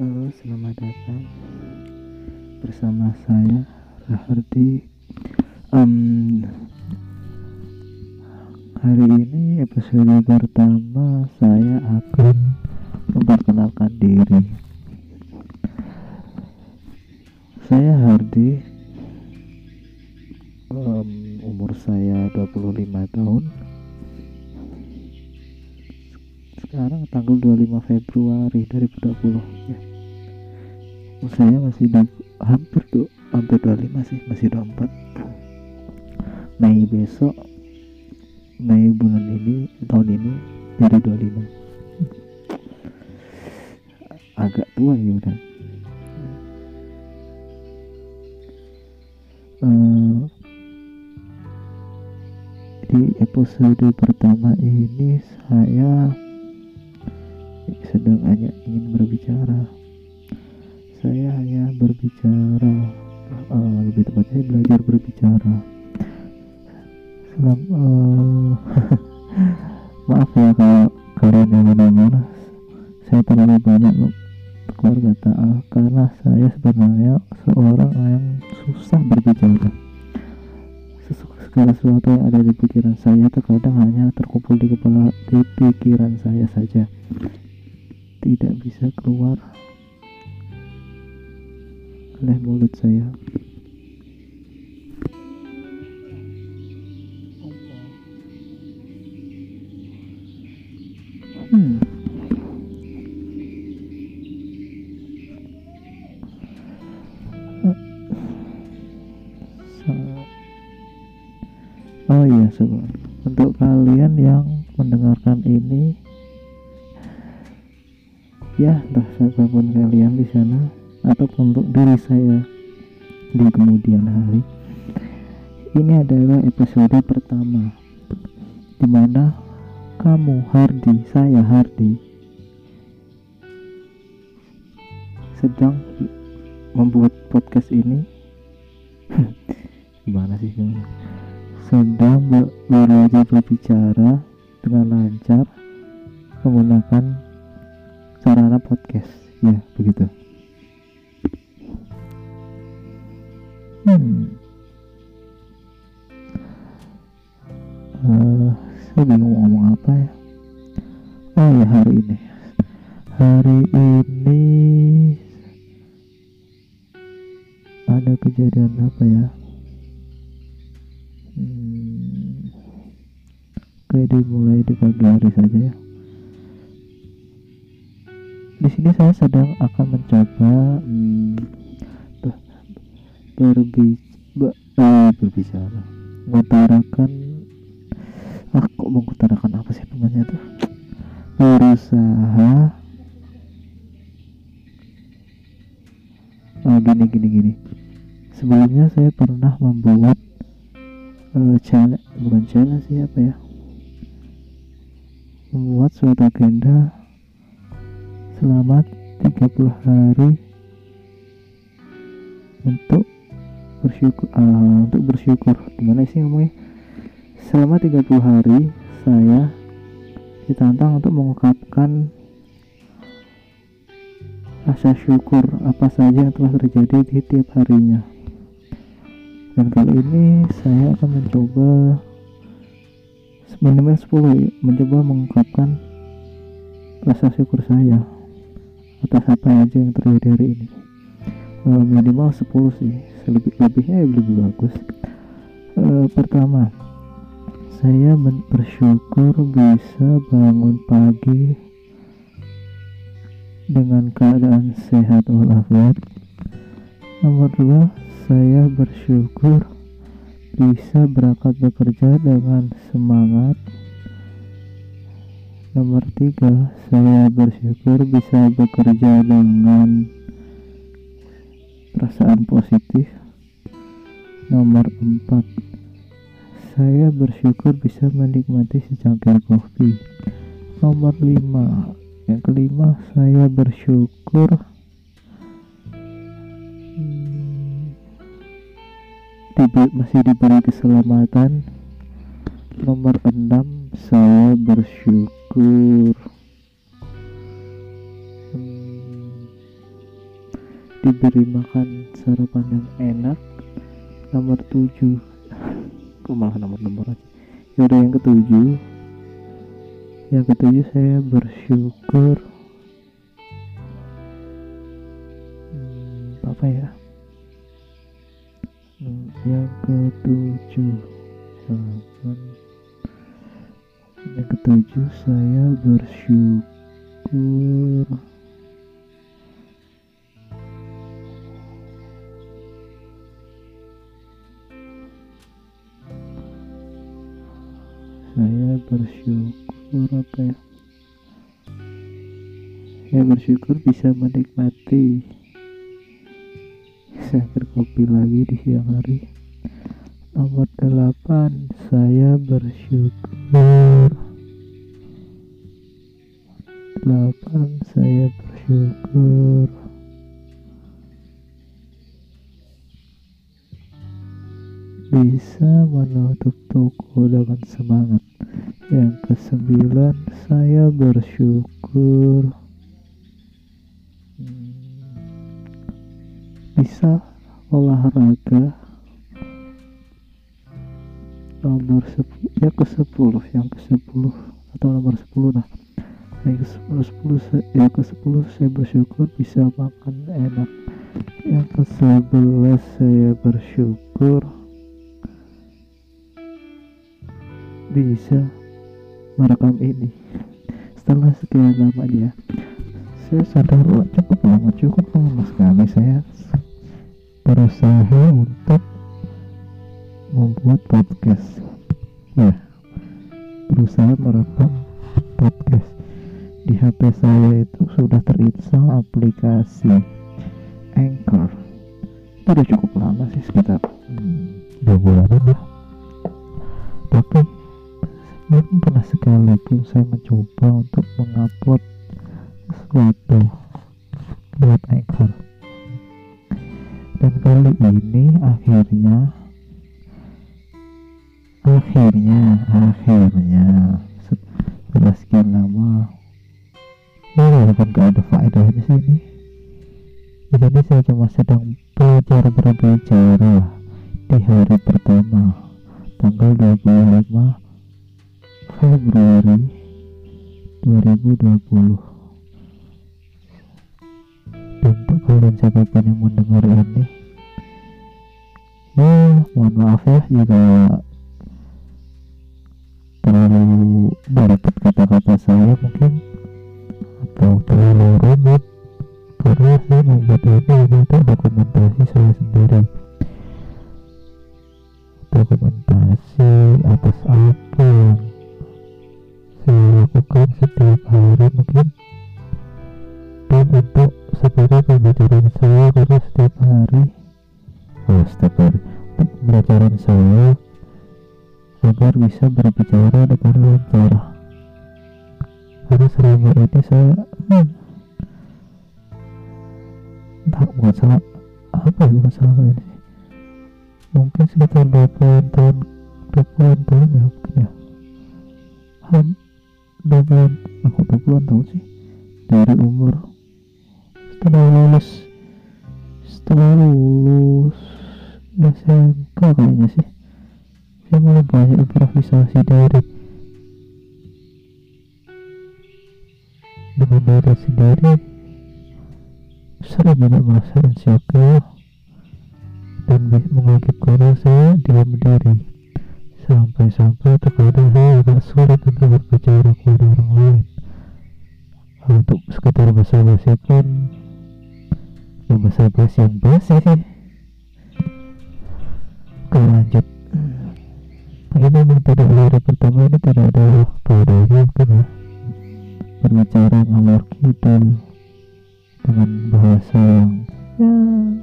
Halo, selamat datang bersama saya Rahardi. Hari ini episode pertama saya akan memperkenalkan diri. Saya Hardi, umur saya 25 tahun. Sekarang tanggal 25 Februari 2020 ya. Saya masih hampir 25 sih, masih 24. Mei bulan ini, tahun ini jadi 25. Agak tua ya udah. Di episode pertama ini saya sedang hanya ingin berbicara. Saya hanya berbicara, lebih tepatnya belajar berbicara. Maaf ya kalau kalian yang mendengar, saya terlalu banyak keluar kata karena saya sebenarnya seorang yang susah berbicara. Segala sesuatu yang ada di pikiran saya terkadang hanya terkumpul di pikiran saya saja, tidak bisa keluar oleh mulut saya. Oh iya, untuk kalian yang mendengarkan ini, ya entah siapapun kalian di sana ataupun untuk diri saya di kemudian hari, ini adalah episode pertama di mana kamu Hardi, saya Hardi, sedang membuat podcast ini. Gimana sih ini? Sedang belajar berbicara dengan lancar menggunakan sarana podcast, ya begitu. Saya bingung ngomong apa ya. Oh ya, hari ini ada kejadian apa ya? Oke, dimulai di pagi hari saja ya. Di sini saya sedang akan mencoba berbicara, mengutarakan apa sih namanya tuh? Berusaha. Gini. Sebelumnya saya pernah membuat challenge sih, apa ya? Membuat suatu agenda selama 30 hari untuk bersyukur. Gimana sih ngomongnya? Selama 30 hari saya ditantang untuk mengungkapkan rasa syukur apa saja yang telah terjadi di tiap harinya. Dan kali ini saya akan mencoba minimal 10 mencoba mengungkapkan rasa syukur saya atas apa aja yang terjadi hari ini. Minimal 10 sih, lebihnya lebih bagus. Pertama, saya bersyukur bisa bangun pagi dengan keadaan sehat walafiat. Nomor 2, saya bersyukur bisa berangkat bekerja dengan semangat. Nomor 3, saya bersyukur bisa bekerja dengan perasaan positif. Nomor 4, saya bersyukur bisa menikmati secangkir kopi. Nomor 5, yang kelima, saya bersyukur masih diberi keselamatan. Nomor 6, saya bersyukur diberi makan sarapan yang enak. Nomor 7, kok malah nomor aja. Yaudah, yang ketujuh saya bersyukur apa ya, yang ketujuh saya bersyukur apa ya, saya bersyukur bisa menikmati secangkir kopi lagi di siang hari. Nomor 8, saya bersyukur bisa menutup toko dengan semangat. Yang ke-9, saya bersyukur bisa olahraga. Nomor 10, yang ke-10 atau nomor 10 lah. Yang ke-10 saya bersyukur bisa makan enak. Yang ke-11 saya bersyukur bisa merekam ini setelah sekian lamanya. Saya sadar cukup lama sekali saya berusaha untuk membuat podcast, berusaha merekam podcast. Di HP saya itu sudah terinstall aplikasi Anchor. Itu udah cukup lama sih, sekitar 2 bulanan lah. Tapi belum pernah sekalipun saya mencoba untuk mengupload sesuatu lewat Anchor. Dan kali ini akhirnya setelah sekian lama, walaupun gak ada faedahnya sih ini. Jadi saya cuma sedang belajar berbicara di hari pertama, tanggal 25 Februari 2020. Dan untuk kalian siapapun yang mendengar ini, mohon maaf ya jika terlalu meliput kata-kata saya mungkin, atau terlalu rumit, karena saya membuat ini untuk dokumentasi saya sendiri, dokumentasi atas apa yang saya lakukan setiap hari mungkin, dan untuk sebagai pembelajaran saya, karena setiap hari untuk pembelajaran saya agar bisa berbicara dengan lancar. Karena selama ini saya bukan salah ini, mungkin sekitar 20 tahun ya, mungkin ya, 20 tahun sih, dari umur setelah lulus SMK kayaknya sih, saya mulai banyak improvisasi diri dengan diri sendiri. Sering juga merasa insecure dan mengakibatkan saya diam diri, sampai terkadang saya agak sulit untuk berbicara kepada orang lain. Untuk sekedar basa-basi pun basa-basi yang basi sih. Oke, lanjut. Ini memang tidak hari pertama ini tidak ada faedahnya mungkin ya, berbicara ngalor ngidul dengan bahasa yang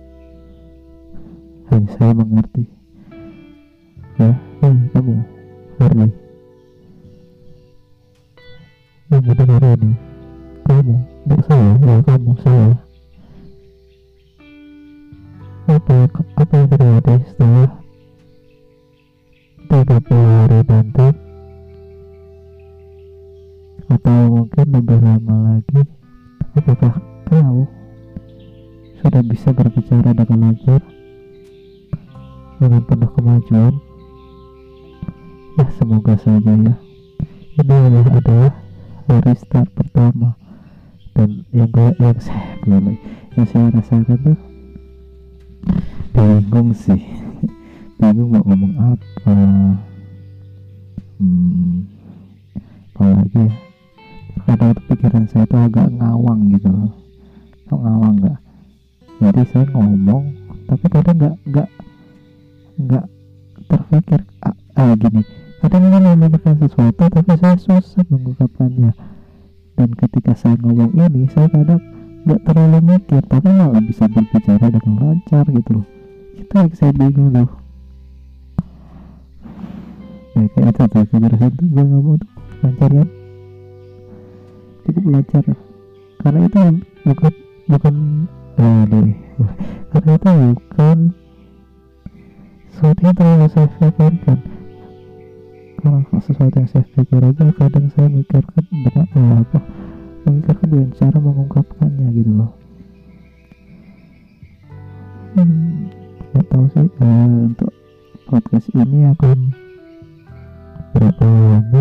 hanya saya mengerti. Ya, kamu Harley yang mendengar ini, kamu, tidak saya, ya kamu, saya. Apa yang terjadi setelah 30 hari nanti, atau mungkin lebih lama lagi? Apakah kau sudah bisa berbicara dengan lancar dengan penuh kemajuan. Ya semoga saja ya. Ini adalah restart pertama, dan yang saya rasakan tuh bingung sih. Bingung mau ngomong apa. Apalagi ya, kadang pikiran saya tuh agak ngawang gitu loh. Tau ngawang nggak? Jadi saya ngomong tapi kadang nggak terpikir gini. Kadang ingin memikirkan sesuatu tapi saya susah mengungkapkannya. Dan ketika saya ngomong ini, saya kadang nggak terlalu mikir tapi malah bisa berbicara dengan lancar gitu loh. Itu yang saya bingung loh. Ya kayak itu tuh kejelasan tuh gue ngomong tuh lancar kan, cukup lancar karena itu bukan karena itu bukan sesuatu yang terlalu saya pikirkan. Kalau sesuatu yang saya pikir aja kadang saya memikirkan dengan cara mengungkapkannya gitu loh. Nggak tahu sih untuk podcast ini akan berapa lama.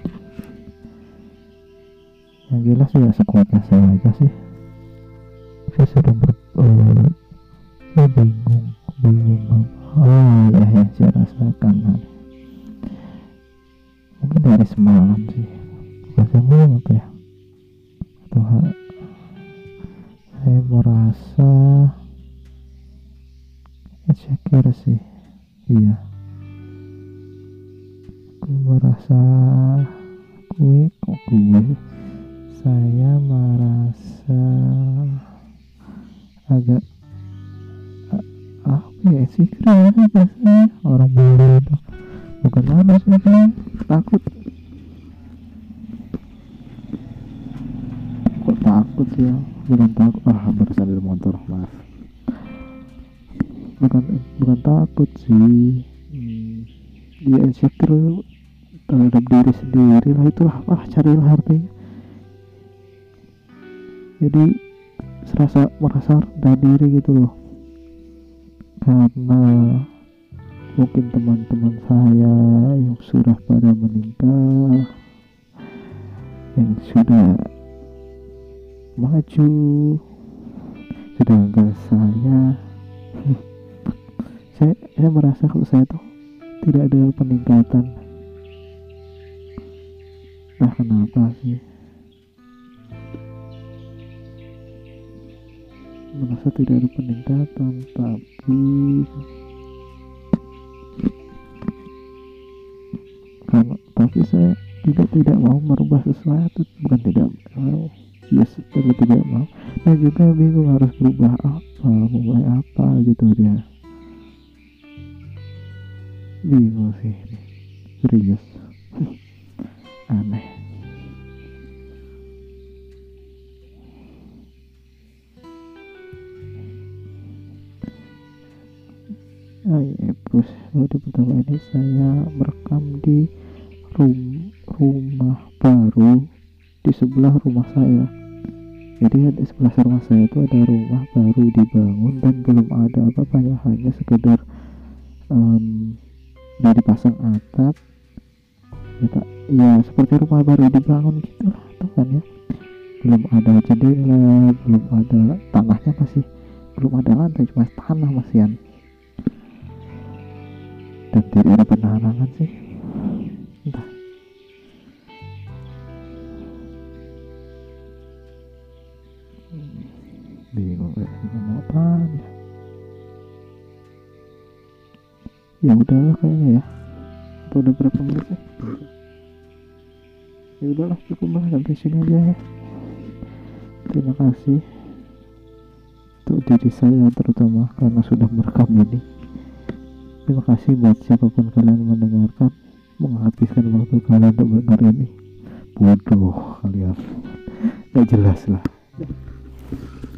Yang jelas ya sekuatnya saya aja sih. Saya sedang saya bingung ya yang saya rasakan mungkin dari semalam sih, bukan semalam apa ya, atau saya merasa insecure sih. Iya, gue merasa saya merasa agak apa ya sih, keren biasanya orang bule itu bukan apa sih, takut. Kok takut sih ya? Bukan takut, barusan ada motor, maaf. Bukan takut sih, dia insecure terhadap diri sendiri lah, itulah carilah artinya. Jadi merasa rendah diri gitu loh, karena mungkin teman-teman saya yang sudah pada menikah, yang sudah maju, sedangkan saya merasa kalau saya tuh tidak ada peningkatan. Nah kenapa sih merasa tidak ada peningkatan? Tapi saya juga tidak mau merubah sesuatu, bukan tidak mau, tidak mau. Saya juga bingung harus berubah apa, mulai apa gitu dia. Bingung sih, serius. Aneh. Episode pertama ini saya merekam di rumah baru di sebelah rumah saya. Jadi di sebelah rumah saya itu ada rumah baru dibangun dan belum ada apa-apa, hanya sekedar dari pasang atap ya seperti rumah baru dibangun gitu lah, tuh kan ya. Belum ada jendela, belum ada tanahnya, masih belum ada lantai, cuma tanah masihan. Dan tidak ada penerangan sih, entah. Bingung ngomong apa ya. Udahlah kayaknya ya, atau udah berapa menit sih? Ya udahlah, cukup lah, sampai sini aja ya. Terima kasih untuk diri saya terutama karena sudah merekam ini. Terima kasih buat siapapun kalian mendengarkan, menghabiskan waktu kalian untuk mendengar ini. Bodoh kalian, gak jelas lah.